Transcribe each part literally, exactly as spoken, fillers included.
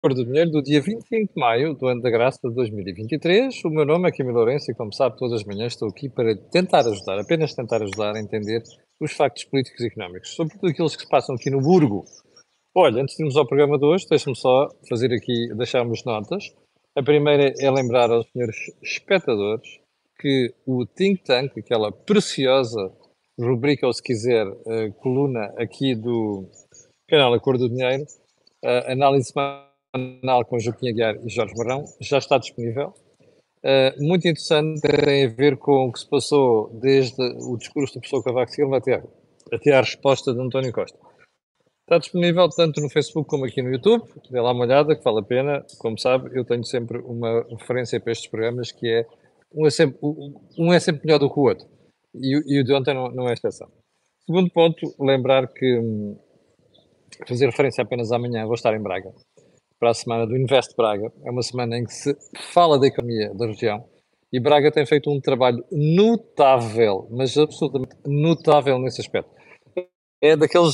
Cor do Dinheiro do dia vinte e cinco de maio do ano da graça de dois mil e vinte e três. O meu nome é Camilo Lourenço e, como sabe, todas as manhãs estou aqui para tentar ajudar, apenas tentar ajudar a entender os factos políticos e económicos, sobretudo aqueles que se passam aqui no Burgo. Olha, antes de irmos ao programa de hoje, deixa-me só fazer aqui, deixar umas notas. A primeira é lembrar aos senhores espectadores que o Think Tank, aquela preciosa rubrica, ou se quiser, eh, coluna aqui do canal A Cor do Dinheiro, a análise semanal com Joaquim Aguiar e Jorge Marrão, já está disponível. Uh, muito interessante, tem a ver com o que se passou desde o discurso do professor Cavaco Silva até, até à resposta de António Costa. Está disponível tanto no Facebook como aqui no YouTube. Dê lá uma olhada, que vale a pena. Como sabe, eu tenho sempre uma referência para estes programas que é um é sempre, um é sempre melhor do que o outro. E, e o de ontem não, não é exceção. Segundo ponto, lembrar que, hum, fazer referência apenas amanhã, vou estar em Braga para a semana do Invest Braga. É uma semana em que se fala da economia da região e Braga tem feito um trabalho notável, mas absolutamente notável nesse aspecto. É daqueles,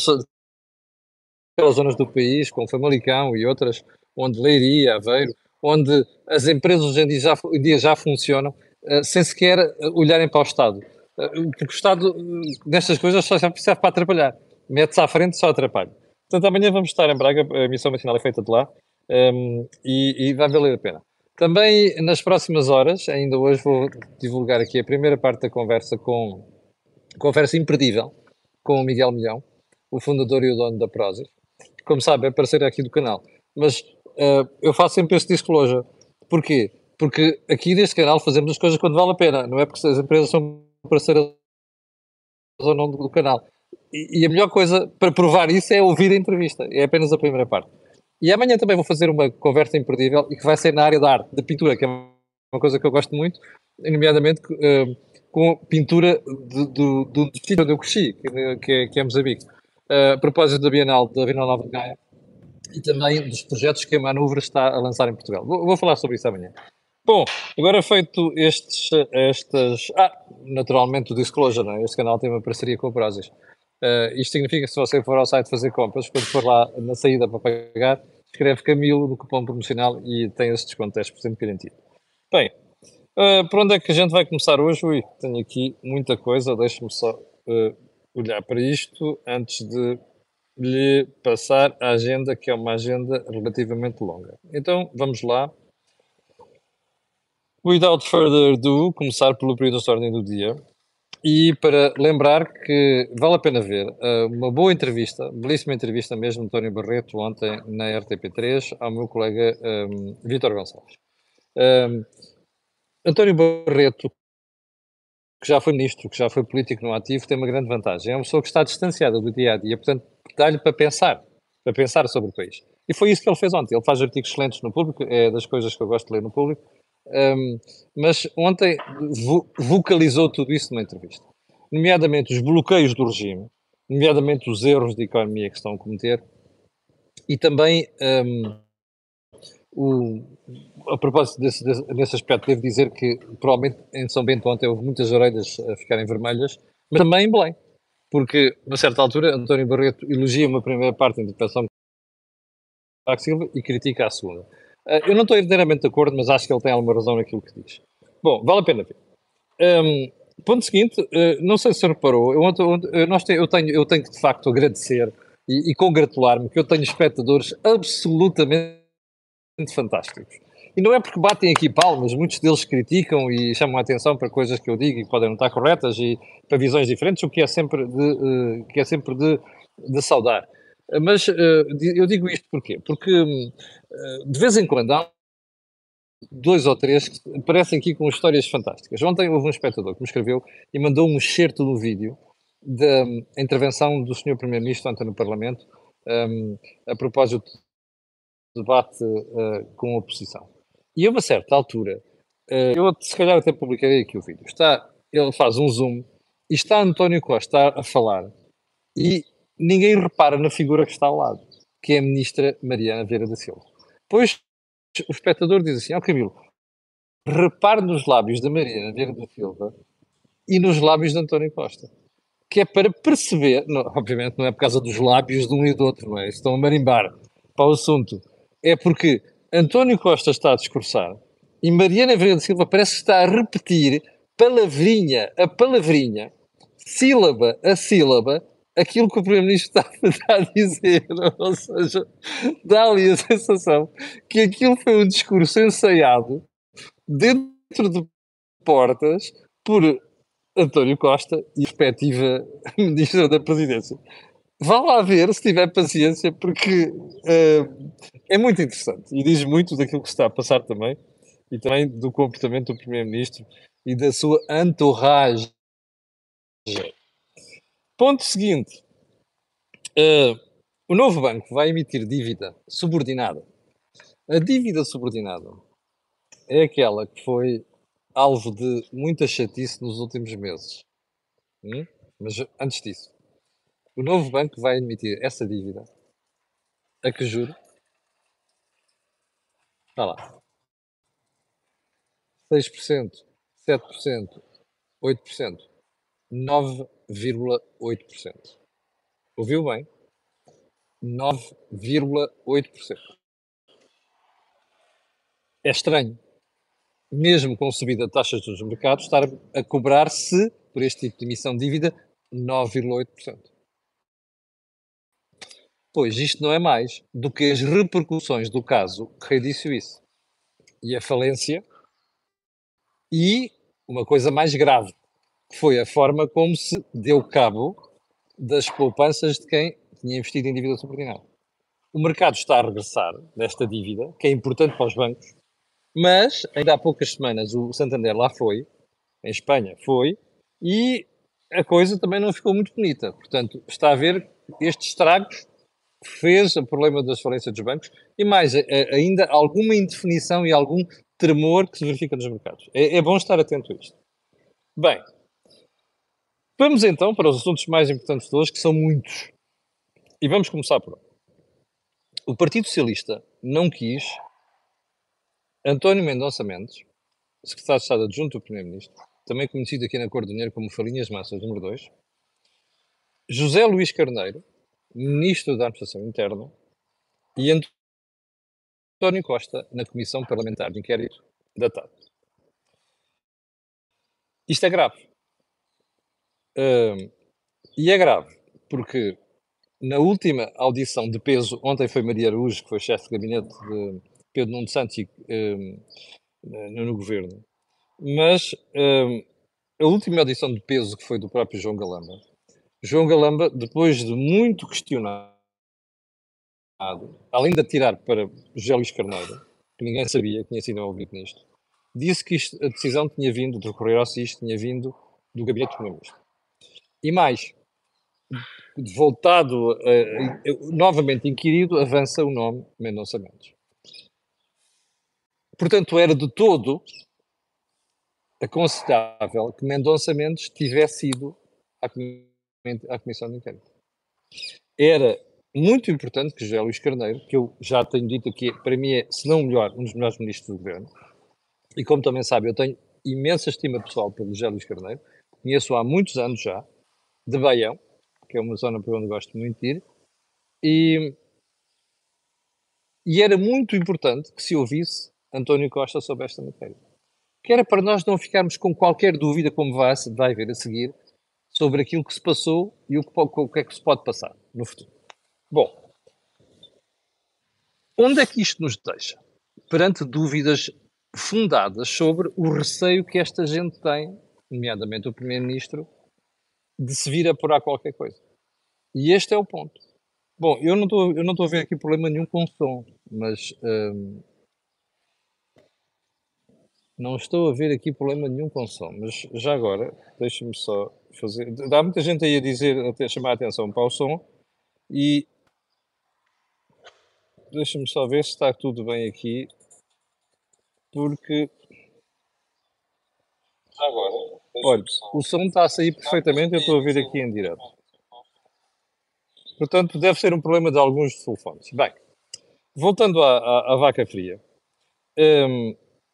daquelas zonas do país, como Famalicão e outras, onde Leiria, Aveiro, onde as empresas hoje em dia já, em dia já funcionam uh, sem sequer olharem para o Estado. Uh, porque o Estado, uh, nestas coisas, só serve para atrapalhar. Mete-se à frente, só atrapalha. Portanto, amanhã vamos estar em Braga, a missão nacional é feita de lá, um, e, e vai valer a pena. Também nas próximas horas, ainda hoje vou divulgar aqui a primeira parte da conversa com conversa imperdível com o Miguel Milhão, o fundador e o dono da Prozis. Como sabe, é parceiro aqui do canal. Mas uh, eu faço sempre este disclosure. Porquê? Porque aqui neste canal fazemos as coisas quando vale a pena. Não é porque as empresas são parceiras ou não do, do canal. E, e a melhor coisa para provar isso é ouvir a entrevista. É apenas a primeira parte. E amanhã também vou fazer uma conversa imperdível e que vai ser na área da arte, da pintura, que é uma coisa que eu gosto muito, nomeadamente uh, com pintura do, do destino onde eu cresci, que, que, é, que é Moçambique. Uh, a propósito da Bienal, da Bienal Nova de Gaia, e também dos projetos que a Manuvra está a lançar em Portugal. Vou, vou falar sobre isso amanhã. Bom, agora feito estes, estas... Ah, naturalmente o Disclosure, não é? Este canal tem uma parceria com o Prozis. Uh, isto significa que se você for ao site fazer compras, quando for lá na saída para pagar, escreve Camilo no cupom promocional e tem esse desconto de dez por cento garantido. Bem, uh, por onde é que a gente vai começar hoje? Ui, tenho aqui muita coisa, deixe-me só uh, olhar para isto antes de lhe passar a agenda, que é uma agenda relativamente longa. Então, vamos lá. Without further ado, começar pelo período de ordem do dia. E para lembrar que vale a pena ver uh, uma boa entrevista, belíssima entrevista mesmo, de António Barreto, ontem na R T P três, ao meu colega um, Vítor Gonçalves. Um, António Barreto, que já foi ministro, que já foi político no ativo, tem uma grande vantagem. É uma pessoa que está distanciada do dia a dia, portanto, dá-lhe para pensar, para pensar sobre o país. E foi isso que ele fez ontem. Ele faz artigos excelentes no público, é das coisas que eu gosto de ler no público. Um, mas ontem vo vocalizou tudo isso numa entrevista, nomeadamente os bloqueios do regime, nomeadamente os erros de economia que estão a cometer, e também, um, o, a propósito desse, desse, desse aspecto, devo dizer que provavelmente em São Bento ontem houve muitas orelhas a ficarem vermelhas, mas também em Belém, porque a uma certa altura António Barreto elogia uma primeira parte da intervenção de Cavaco Silva e critica a segunda. Uh, eu não estou inteiramente de acordo, mas acho que ele tem alguma razão naquilo que diz. Bom, vale a pena ver. Um, ponto seguinte, uh, não sei se reparou, eu, ontem, eu, nós te, eu, tenho, eu tenho que de facto agradecer e, e congratular-me que eu tenho espectadores absolutamente fantásticos. E não é porque batem aqui palmas, muitos deles criticam e chamam a atenção para coisas que eu digo e que podem não estar corretas e para visões diferentes, o que é sempre de, uh, que é sempre de, de saudar. Uh, mas uh, eu digo isto porquê? Porque uh, de vez em quando há dois ou três que aparecem aqui com histórias fantásticas. Ontem houve um espectador que me escreveu e mandou um excerto do vídeo da intervenção do senhor Primeiro-Ministro ontem no Parlamento, um, a propósito do debate uh, com a oposição. E a uma certa altura, uh, eu se calhar até publicarei aqui o vídeo, está, ele faz um zoom e está António Costa a, a falar e ninguém repara na figura que está ao lado, que é a ministra Mariana Vieira da Silva. Pois o espectador diz assim, ó oh, Camilo, repare nos lábios da Mariana Vieira da Silva e nos lábios de António Costa. Que é para perceber, não, obviamente não é por causa dos lábios de um e do outro, não é? Estão a marimbar para o assunto. é porque António Costa está a discursar e Mariana Vieira da Silva parece que está a repetir palavrinha a palavrinha, sílaba a sílaba, aquilo que o Primeiro-Ministro está, está a dizer. Ou seja, dá ali a sensação que aquilo foi um discurso ensaiado dentro de portas por António Costa e respectiva Ministra da Presidência. Vá lá ver se tiver paciência, porque uh, é muito interessante e diz muito daquilo que se está a passar também e também do comportamento do Primeiro-Ministro e da sua entourage. Ponto seguinte. Uh, o novo banco vai emitir dívida subordinada. A dívida subordinada é aquela que foi alvo de muita chatice nos últimos meses. Hum? Mas antes disso, o novo banco vai emitir essa dívida. A que juro? Está lá. seis por cento, sete por cento, oito por cento, nove vírgula oito por cento. Ouviu bem? nove vírgula oito por cento. É estranho, mesmo com subida de taxas dos mercados, estar a cobrar-se, por este tipo de emissão de dívida, nove vírgula oito por cento. Pois isto não é mais do que as repercussões do caso Credit Suisse e a falência e uma coisa mais grave, que foi a forma como se deu cabo das poupanças de quem tinha investido em dívida subordinada. O mercado está a regressar desta dívida, que é importante para os bancos, mas ainda há poucas semanas o Santander lá foi, em Espanha foi, e a coisa também não ficou muito bonita. Portanto, está a haver estes estragos que fez o problema das falências dos bancos e mais, a, a, ainda alguma indefinição e algum tremor que se verifica nos mercados. É, é bom estar atento a isto. Bem, vamos então para os assuntos mais importantes de hoje, que são muitos. E vamos começar por onde? O Partido Socialista não quis António Mendonça Mendes, secretário de Estado adjunto do Primeiro-Ministro, também conhecido aqui na Cor do Dinheiro como Farinhas Massas número dois, José Luís Carneiro, Ministro da Administração Interna, e António Costa na Comissão Parlamentar de Inquérito da T A P. Isto é grave. Uh, e é grave porque na última audição de peso, ontem foi Maria Araújo, que foi chefe de gabinete de Pedro Nuno Santos uh, no, no governo, mas uh, a última audição de peso, que foi do próprio João Galamba, João Galamba, depois de muito questionado, além de atirar para José Luís Carneiro, que ninguém sabia que tinha sido envolvido nisto, disse que isto, a decisão tinha vindo, de recorrer ao S I S, tinha vindo do gabinete do Primeiro-Ministro. E mais, voltado, uh, novamente inquirido, avança o nome Mendonça Mendes. Portanto, era de todo aconselhável que Mendonça Mendes tivesse ido à, à Comissão de Inquérito. Era muito importante que José Luís Carneiro, que eu já tenho dito aqui, para mim é, se não o melhor, um dos melhores ministros do governo, e como também sabe, eu tenho imensa estima pessoal pelo José Luís Carneiro, conheço-o há muitos anos já, de Baião, que é uma zona por onde gosto muito de ir, e, e era muito importante que se ouvisse António Costa sobre esta matéria. Que era para nós não ficarmos com qualquer dúvida, como vai, vai haver a seguir, sobre aquilo que se passou e o que, o que é que se pode passar no futuro. Bom, onde é que isto nos deixa? Perante dúvidas fundadas sobre o receio que esta gente tem, nomeadamente o Primeiro-Ministro, de se vir a apurar qualquer coisa. E este é o ponto. Bom, eu não estou eu não estou a ver aqui problema nenhum com o som, mas hum, não estou a ver aqui problema nenhum com o som, mas já agora, deixa-me só fazer. Dá muita gente aí a dizer, até chamar a atenção para o som, e deixa-me só ver se está tudo bem aqui, porque. Já agora, olha, o som está a sair perfeitamente, eu estou a ver aqui em direto. Portanto, deve ser um problema de alguns dos telefones. Bem, voltando à, à, à vaca fria. Hum,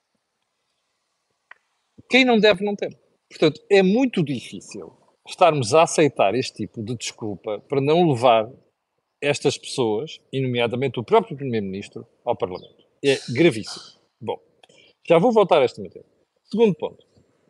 quem não deve, não tem. Portanto, é muito difícil estarmos a aceitar este tipo de desculpa para não levar estas pessoas, e nomeadamente o próprio Primeiro-Ministro, ao Parlamento. É gravíssimo. Bom, já vou voltar a esta matéria. Segundo ponto.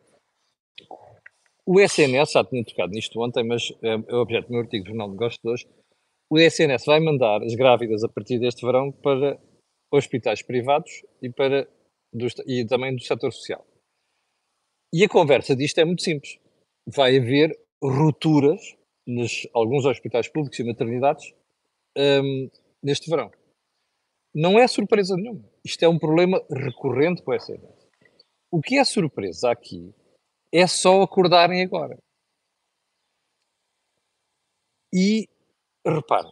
O S N S, já tinha tocado nisto ontem, mas é, é o objeto do meu artigo do Jornal de Negócios de hoje. O S N S vai mandar as grávidas a partir deste verão para hospitais privados e, para, do, e também do setor social. E a conversa disto é muito simples. Vai haver rupturas nos alguns hospitais públicos e maternidades hum, neste verão. Não é surpresa nenhuma. Isto é um problema recorrente com o S N S. O que é surpresa aqui é só acordarem agora. E, reparem,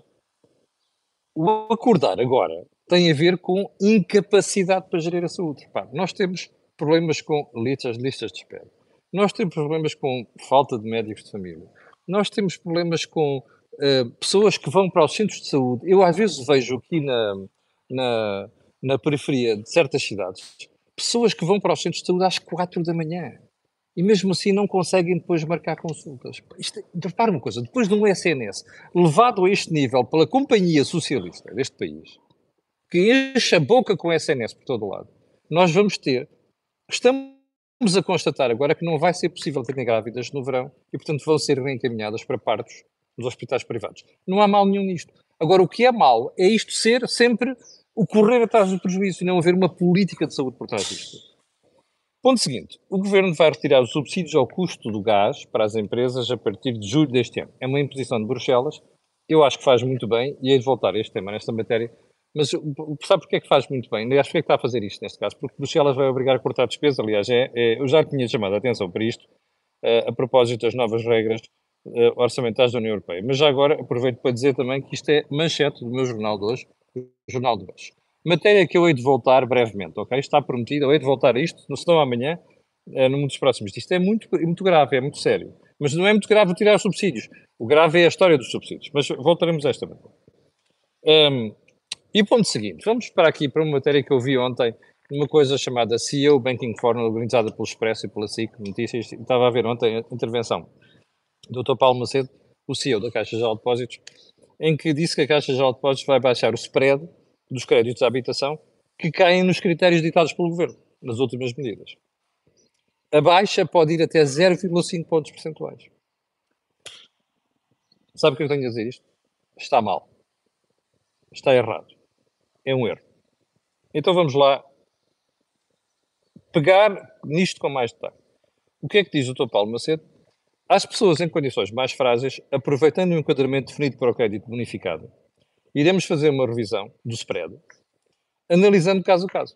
o acordar agora tem a ver com incapacidade para gerir a saúde. Reparem, nós temos problemas com listas, listas de espera. Nós temos problemas com falta de médicos de família. Nós temos problemas com uh, pessoas que vão para os centros de saúde. Eu, às vezes, vejo aqui na, na, na periferia de certas cidades pessoas que vão para os centros de saúde às quatro da manhã. E mesmo assim não conseguem depois marcar consultas. Isto, repare uma coisa, depois de um S N S levado a este nível pela companhia socialista deste país, que enche a boca com o S N S por todo o lado, nós vamos ter, estamos a constatar agora que não vai ser possível terem grávidas no verão e, portanto, vão ser reencaminhadas para partos nos hospitais privados. Não há mal nenhum nisto. Agora, o que é mal é isto ser sempre o correr atrás do prejuízo e não haver uma política de saúde por trás disto. Ponto seguinte, o Governo vai retirar os subsídios ao custo do gás para as empresas a partir de julho deste ano. É uma imposição de Bruxelas, eu acho que faz muito bem, e hei de voltar a este tema, nesta matéria, mas sabe porque é que faz muito bem? Aliás, porque é que está a fazer isto neste caso? Porque Bruxelas vai obrigar a cortar despesas, aliás, é, é, eu já tinha chamado a atenção para isto, uh, a propósito das novas regras uh, orçamentais da União Europeia. Mas já agora aproveito para dizer também que isto é manchete do meu jornal de hoje, o Jornal de hoje. Matéria que eu hei de voltar brevemente, ok? Está prometido, eu hei de voltar a isto, se não amanhã, é, num dos próximos. Isto é muito, muito grave, é muito sério. Mas não é muito grave tirar os subsídios. O grave é a história dos subsídios. Mas voltaremos a esta matéria. Um, e ponto seguinte, vamos para aqui para uma matéria que eu vi ontem, uma coisa chamada C E O Banking Forum, organizada pelo Expresso e pela S I C Notícias. Estava a ver ontem a intervenção do doutor Paulo Macedo, o C E O da Caixa Geral de Depósitos, em que disse que a Caixa Geral de Depósitos vai baixar o spread dos créditos à habitação que caem nos critérios ditados pelo Governo, nas últimas medidas. A baixa pode ir até zero vírgula cinco pontos percentuais. Sabe o que eu tenho a dizer isto? Está mal. Está errado. É um erro. Então vamos lá pegar nisto com mais detalhe. O que é que diz o doutor Paulo Macedo? Às pessoas em condições mais frágeis, aproveitando o enquadramento definido para o crédito bonificado, iremos fazer uma revisão do spread, analisando caso a caso.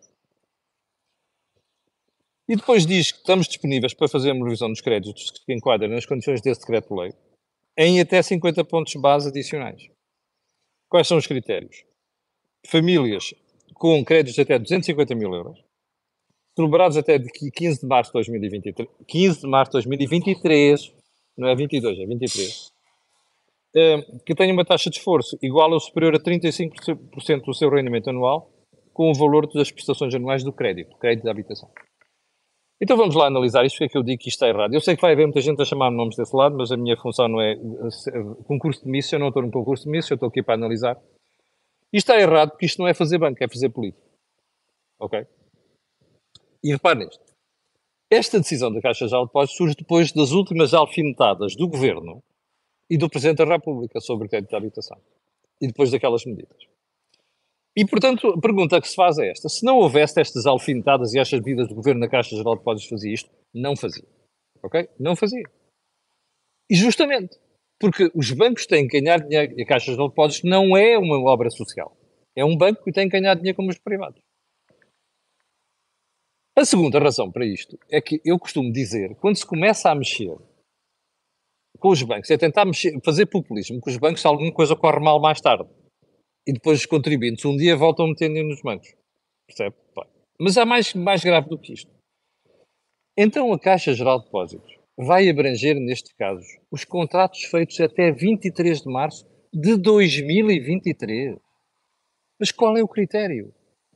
E depois diz que estamos disponíveis para fazer uma revisão dos créditos que se enquadram nas condições desse decreto-lei em até cinquenta pontos base adicionais. Quais são os critérios? Famílias com créditos de até duzentos e cinquenta mil euros, celebrados até de quinze de março de dois mil e vinte e três, quinze de março de dois mil e vinte e três, não é vinte e dois, é vinte e três, que tenha uma taxa de esforço igual ou superior a trinta e cinco por cento do seu rendimento anual, com o valor das prestações anuais do crédito, crédito de habitação. Então vamos lá analisar isto, porque é que eu digo que isto está errado. Eu sei que vai haver muita gente a chamar nomes desse lado, mas a minha função não é concurso de missa, eu não estou num concurso de missa, eu estou aqui para analisar. Isto está errado porque isto não é fazer banco, é fazer política. Ok? E repare nisto. Esta decisão da Caixa Geral de Depósitos surge depois das últimas alfinetadas do Governo e do Presidente da República sobre o crédito de habitação. E depois daquelas medidas. E, portanto, a pergunta que se faz é esta. Se não houvesse estas alfinetadas e estas medidas do Governo na Caixa Geral de Depósitos fazia isto, não fazia. Ok? Não fazia. E justamente porque os bancos têm que ganhar dinheiro e a Caixa Geral de Depósitos não é uma obra social. É um banco que tem que ganhar dinheiro como os privados. A segunda razão para isto é que eu costumo dizer, quando se começa a mexer com os bancos, é tentar mexer, fazer populismo com os bancos se alguma coisa corre mal mais tarde. E depois os contribuintes um dia voltam a meter nos bancos. Percebe? Mas há mais, mais grave do que isto. Então a Caixa Geral de Depósitos vai abranger, neste caso, os contratos feitos até vinte e três de março de dois mil e vinte e três. Mas qual é o critério?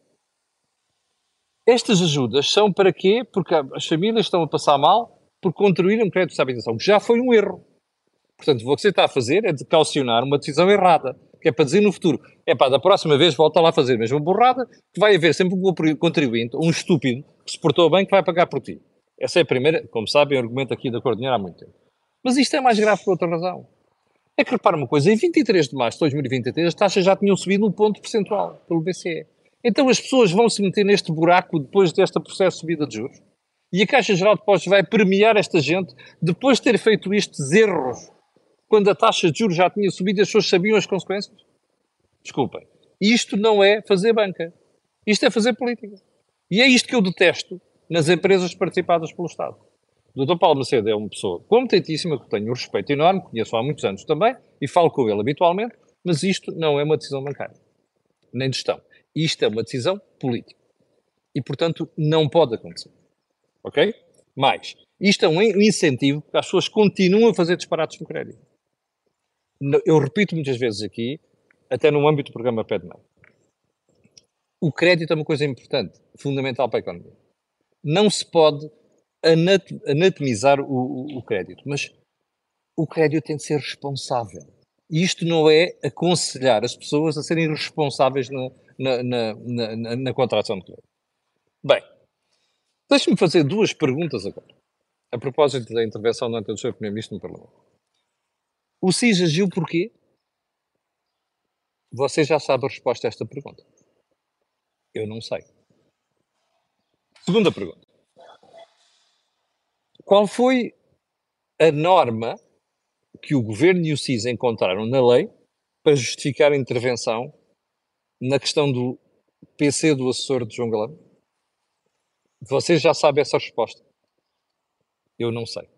Estas ajudas são para quê? Porque as famílias estão a passar mal por construir um crédito de habitação, que já foi um erro. Portanto, o que você está a fazer é de caucionar uma decisão errada. que é para dizer no futuro, é pá, da próxima vez volta lá a fazer a mesma borrada, que vai haver sempre um contribuinte, um estúpido, que se portou bem, que vai pagar por ti. Essa é a primeira, como sabem, o argumento aqui da cor de dinheiro há muito tempo. Mas isto é mais grave por outra razão. É que repara uma coisa, em vinte e três de março de dois mil e vinte e três as taxas já tinham subido um ponto percentual pelo B C E. Então as pessoas vão se meter neste buraco depois deste processo de subida de juros. E a Caixa Geral de Depósitos vai premiar esta gente depois de ter feito estes erros quando a taxa de juros já tinha subido e as pessoas sabiam as consequências? Desculpem. Isto não é fazer banca. Isto é fazer política. E é isto que eu detesto nas empresas participadas pelo Estado. O doutor Paulo Macedo é uma pessoa competentíssima, que tenho um respeito enorme, conheço há muitos anos também, e falo com ele habitualmente, mas isto não é uma decisão bancária, nem de gestão. Isto é uma decisão política. E, portanto, não pode acontecer. Ok? Mais, isto é um incentivo para as pessoas continuem a fazer disparates no crédito. Eu repito muitas vezes aqui, até no âmbito do programa Pé de Mão. O crédito é uma coisa importante, fundamental para a economia. Não se pode anatomizar o, o, o crédito, mas o crédito tem de ser responsável. E isto não é aconselhar as pessoas a serem responsáveis na, na, na, na, na, na contratação de crédito. Bem, deixe-me fazer duas perguntas agora, a propósito da intervenção do anterior Primeiro-Ministro no Parlamento. O S I S agiu porquê? Você já sabe a resposta a esta pergunta. Eu não sei. Segunda pergunta. Qual foi a norma que o Governo e o S I S encontraram na lei para justificar a intervenção na questão do P C do assessor de João Galamba? Você já sabe essa resposta? Eu não sei.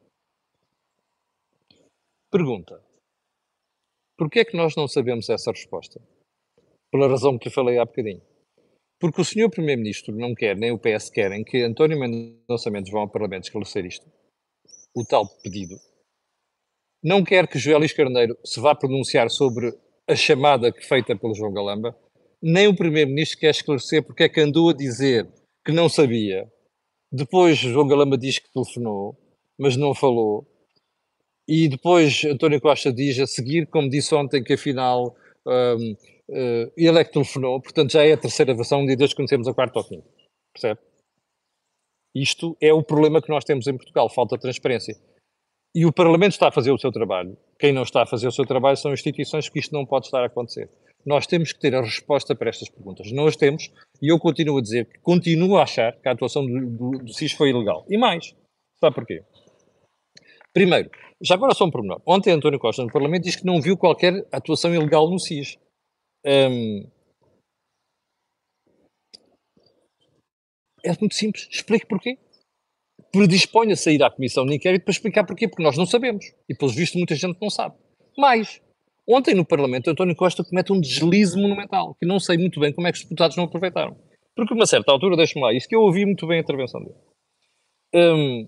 Pergunta. Porquê é que nós não sabemos essa resposta? Pela razão que eu falei há bocadinho. Porque o senhor Primeiro-Ministro não quer, nem o P S querem, que António Mendonça Mendes vá ao Parlamento esclarecer isto. O tal pedido. Não quer que José Luís Carneiro se vá pronunciar sobre a chamada feita pelo João Galamba. Nem o Primeiro-Ministro quer esclarecer porque é que andou a dizer que não sabia. Depois João Galamba diz que telefonou, mas não falou. E depois António Costa diz a seguir, como disse ontem, que afinal um, uh, ele é que telefonou. Portanto, já é a terceira versão, de Deus conhecemos a quarta ou quinta. Percebe? Isto é o problema que nós temos em Portugal, falta de transparência. E o Parlamento está a fazer o seu trabalho. Quem não está a fazer o seu trabalho são instituições, que isto não pode estar a acontecer. Nós temos que ter a resposta para estas perguntas. Não as temos, e eu continuo a dizer que continuo a achar que a atuação do, do, do S I S foi ilegal. E mais, sabe porquê? Primeiro, já agora só um pormenor. Ontem António Costa no Parlamento diz que não viu qualquer atuação ilegal no S I S. Hum, é muito simples. Explique porquê. Predispõe a sair à Comissão de Inquérito para explicar porquê, porque nós não sabemos. E, pelos vistos, muita gente não sabe. Mais, ontem no Parlamento, António Costa comete um deslize monumental, que não sei muito bem como é que os deputados não aproveitaram. Porque, a uma certa altura, deixe-me lá, isso que eu ouvi muito bem a intervenção dele. Hum,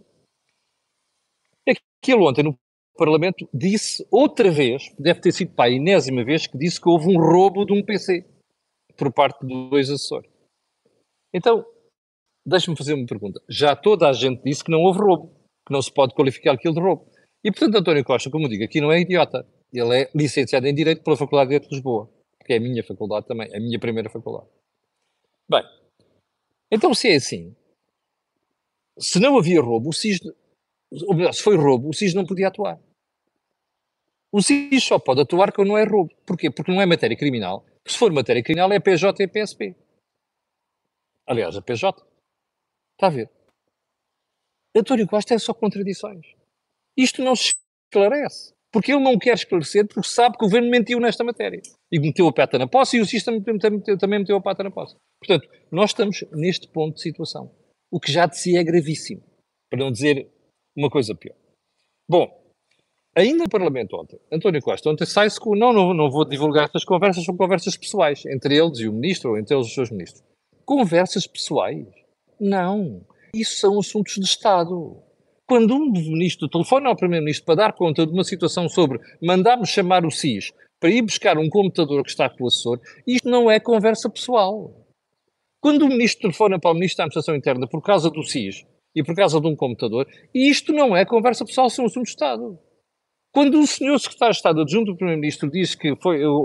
aquilo ontem no Parlamento disse outra vez, deve ter sido para a enésima vez, que disse que houve um roubo de um P C por parte de dois assessores. Então, deixe-me fazer uma pergunta. Já toda a gente disse que não houve roubo, que não se pode qualificar aquilo de roubo. E, portanto, António Costa, como eu digo, aqui não é idiota. Ele é licenciado em Direito pela Faculdade de Direito de Lisboa, que é a minha faculdade também, a minha primeira faculdade. Bem, então se é assim, se não havia roubo, o S I S, ou melhor, se foi roubo, o S I S não podia atuar. O S I S só pode atuar quando não é roubo. Porquê? Porque não é matéria criminal. Se for matéria criminal é P J e P S P. Aliás, a P J. Está a ver? António Costa é só contradições. Isto não se esclarece. Porque ele não quer esclarecer porque sabe que o governo mentiu nesta matéria. E meteu a pata na posse e o S I S também meteu a pata na posse. Portanto, nós estamos neste ponto de situação. O que já de si é gravíssimo. Para não dizer uma coisa pior. Bom, ainda no Parlamento ontem, António Costa ontem sai-se com... Não, não, não vou divulgar estas conversas, são conversas pessoais. Entre eles e o ministro, ou entre eles e os seus ministros. Conversas pessoais? Não. Isso são assuntos de Estado. Quando um ministro telefona ao Primeiro-Ministro para dar conta de uma situação sobre mandarmos chamar o S I S para ir buscar um computador que está com o assessor, isto não é conversa pessoal. Quando o ministro telefona para o Ministro da Administração Interna por causa do S I S e por causa de um computador, isto não é conversa pessoal, são assuntos de Estado. Quando o senhor Secretário de Estado adjunto do Primeiro-Ministro diz que foi, ou, ou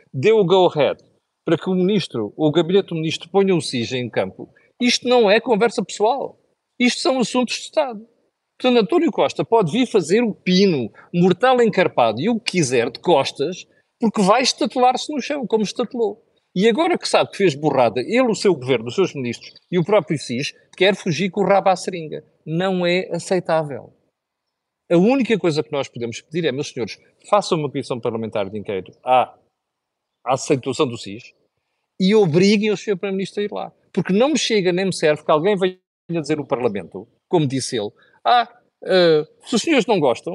deu o go-ahead para que o ministro, ou o gabinete do ministro, ponha o SIS em campo, isto não é conversa pessoal. Isto são assuntos de Estado. Portanto, António Costa pode vir fazer o pino, mortal encarpado e o que quiser de costas, porque vai estatelar-se no chão, como estatelou. E agora que sabe que fez borrada, ele, o seu governo, os seus ministros e o próprio SIS, quer fugir com o rabo à seringa. Não é aceitável. A única coisa que nós podemos pedir é, meus senhores, façam uma comissão parlamentar de inquérito à, à aceitação do SIS e obriguem o senhor Primeiro-Ministro a ir lá. Porque não me chega nem me serve que alguém venha dizer no Parlamento, como disse ele, ah, uh, se os senhores não gostam,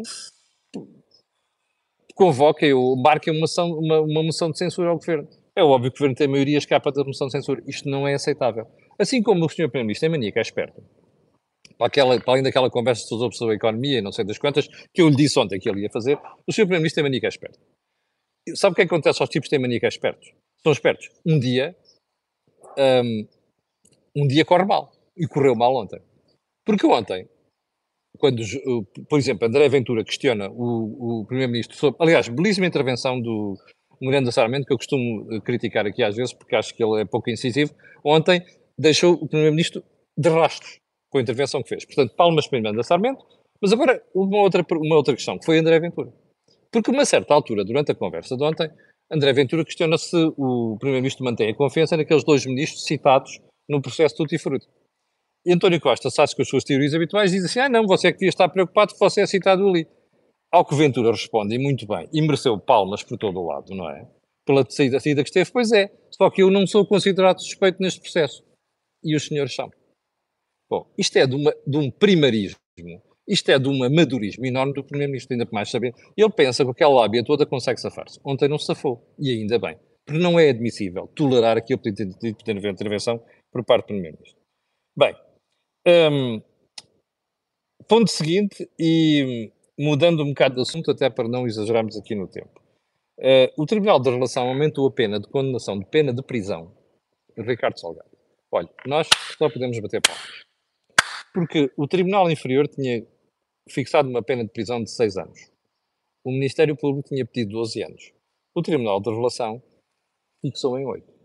convoquem ou marquem uma moção, uma, uma moção de censura ao governo. É óbvio que o governo tem maioria, escapa da moção de censura. Isto não é aceitável. Assim como o senhor Primeiro-Ministro é maníaco, é esperto. Para, aquela, para além daquela conversa sobre a economia e não sei das quantas, que eu lhe disse ontem que ele ia fazer, o senhor Primeiro-Ministro é maníaco, é esperto. Sabe o que é que acontece aos tipos que têm maníaco, é espertos? São espertos. Um dia, um, um dia corre mal. E correu mal ontem. Porque ontem, quando, por exemplo, André Ventura questiona o, o Primeiro-Ministro sobre... Aliás, belíssima intervenção do Miranda Sarmento, que eu costumo criticar aqui às vezes, porque acho que ele é pouco incisivo. Ontem deixou o Primeiro-Ministro de rastros com a intervenção que fez. Portanto, palmas para Miranda Sarmento. Mas agora, uma outra, uma outra questão, que foi André Ventura. Porque, a uma certa altura, durante a conversa de ontem, André Ventura questiona se o Primeiro-Ministro mantém a confiança naqueles dois ministros citados no processo Tutti Frutti. E António Costa, sabe com as suas teorias habituais, diz assim, ah não, você é que devia estar preocupado que você é citado ali. Ao que Ventura responde, e muito bem, e mereceu palmas por todo o lado, não é? Pela saída, saída que esteve, pois é, só que eu não sou considerado suspeito neste processo. E os senhores são. Bom, isto é de, uma, de um primarismo, isto é de um amadorismo enorme do Primeiro-Ministro, ainda por mais saber. Ele pensa que aquela lábia toda consegue safar-se. Ontem não se safou, e ainda bem. Porque não é admissível tolerar aqui o pedido de intervenção por parte do Primeiro-Ministro. Bem, Um, ponto seguinte, e mudando um bocado de assunto, até para não exagerarmos aqui no tempo. Uh, o Tribunal da Relação aumentou a pena de condenação de pena de prisão de Ricardo Salgado. Olha, nós só podemos bater palmas. Porque o Tribunal Inferior tinha fixado uma pena de prisão de seis anos. O Ministério Público tinha pedido doze anos. O Tribunal da Relação fixou em oito.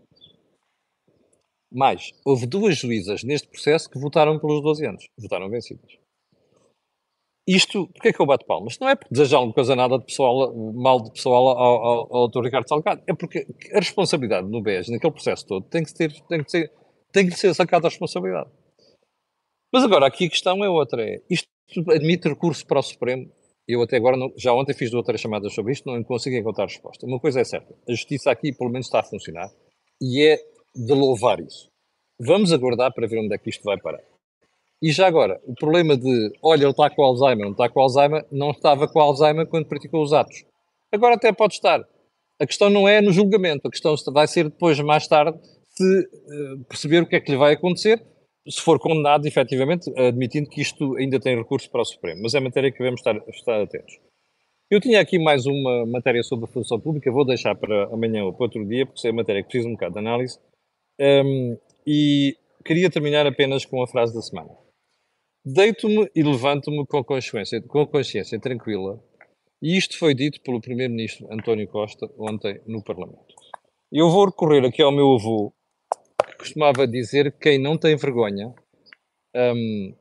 Mas houve duas juízas neste processo que votaram pelos doze anos. Votaram vencidas. Isto, porque é que eu bato palmas? Não é porque desejar alguma coisa nada de pessoal, mal de pessoal ao, ao, ao doutor Ricardo Salgado. É porque a responsabilidade no B E S, naquele processo todo, tem que, ter, tem que, ser, tem que ser sacada a responsabilidade. Mas agora aqui a questão é outra. É, isto admite recurso para o Supremo? Eu até agora, não, já ontem fiz outras chamadas sobre isto, não consigo encontrar resposta. Uma coisa é certa, a justiça aqui pelo menos está a funcionar e é de louvar isso. Vamos aguardar para ver onde é que isto vai parar. E já agora, o problema de, olha, ele está com Alzheimer, não está com Alzheimer, não estava com Alzheimer quando praticou os atos. Agora até pode estar. A questão não é no julgamento, a questão vai ser depois, mais tarde, se uh, perceber o que é que lhe vai acontecer, se for condenado, efetivamente, admitindo que isto ainda tem recurso para o Supremo. Mas é matéria que devemos estar, estar atentos. Eu tinha aqui mais uma matéria sobre a função pública, vou deixar para amanhã ou para outro dia, porque é matéria que precisa um bocado de análise. Um, e queria terminar apenas com a frase da semana. Deito-me e levanto-me com consciência, com consciência tranquila, e isto foi dito pelo Primeiro-Ministro António Costa ontem no Parlamento. Eu vou recorrer aqui ao meu avô, que costumava dizer que quem não tem vergonha hum,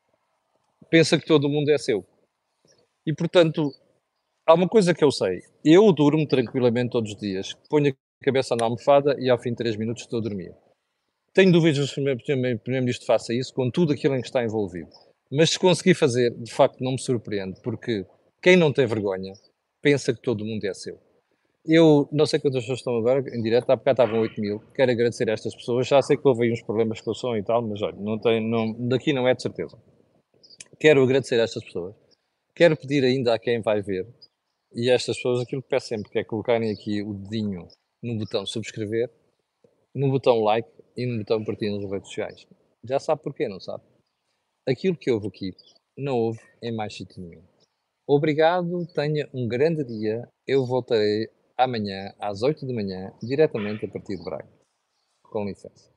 pensa que todo mundo é seu. E, portanto, há uma coisa que eu sei. Eu durmo tranquilamente todos os dias. Ponho a cabeça na almofada e ao fim de três minutos estou a dormir. Tenho dúvidas que o Primeiro-Ministro faça isso com tudo aquilo em que está envolvido. Mas se conseguir fazer, de facto não me surpreende, porque quem não tem vergonha pensa que todo mundo é seu. Eu não sei quantas pessoas estão agora em direto, há bocado estavam oito mil. Quero agradecer a estas pessoas. Já sei que houve aí uns problemas com o som e tal, mas olha, não tem, não, daqui não é de certeza. Quero agradecer a estas pessoas. Quero pedir ainda a quem vai ver e a estas pessoas aquilo que peço sempre, que é colocarem aqui o dedinho no botão subscrever, no botão like e no botão partilha nas redes sociais. Já sabe porquê, não sabe? Aquilo que houve aqui não houve em mais sítio nenhum. Obrigado, tenha um grande dia. Eu voltarei amanhã às oito da manhã, diretamente a partir de Braga. Com licença.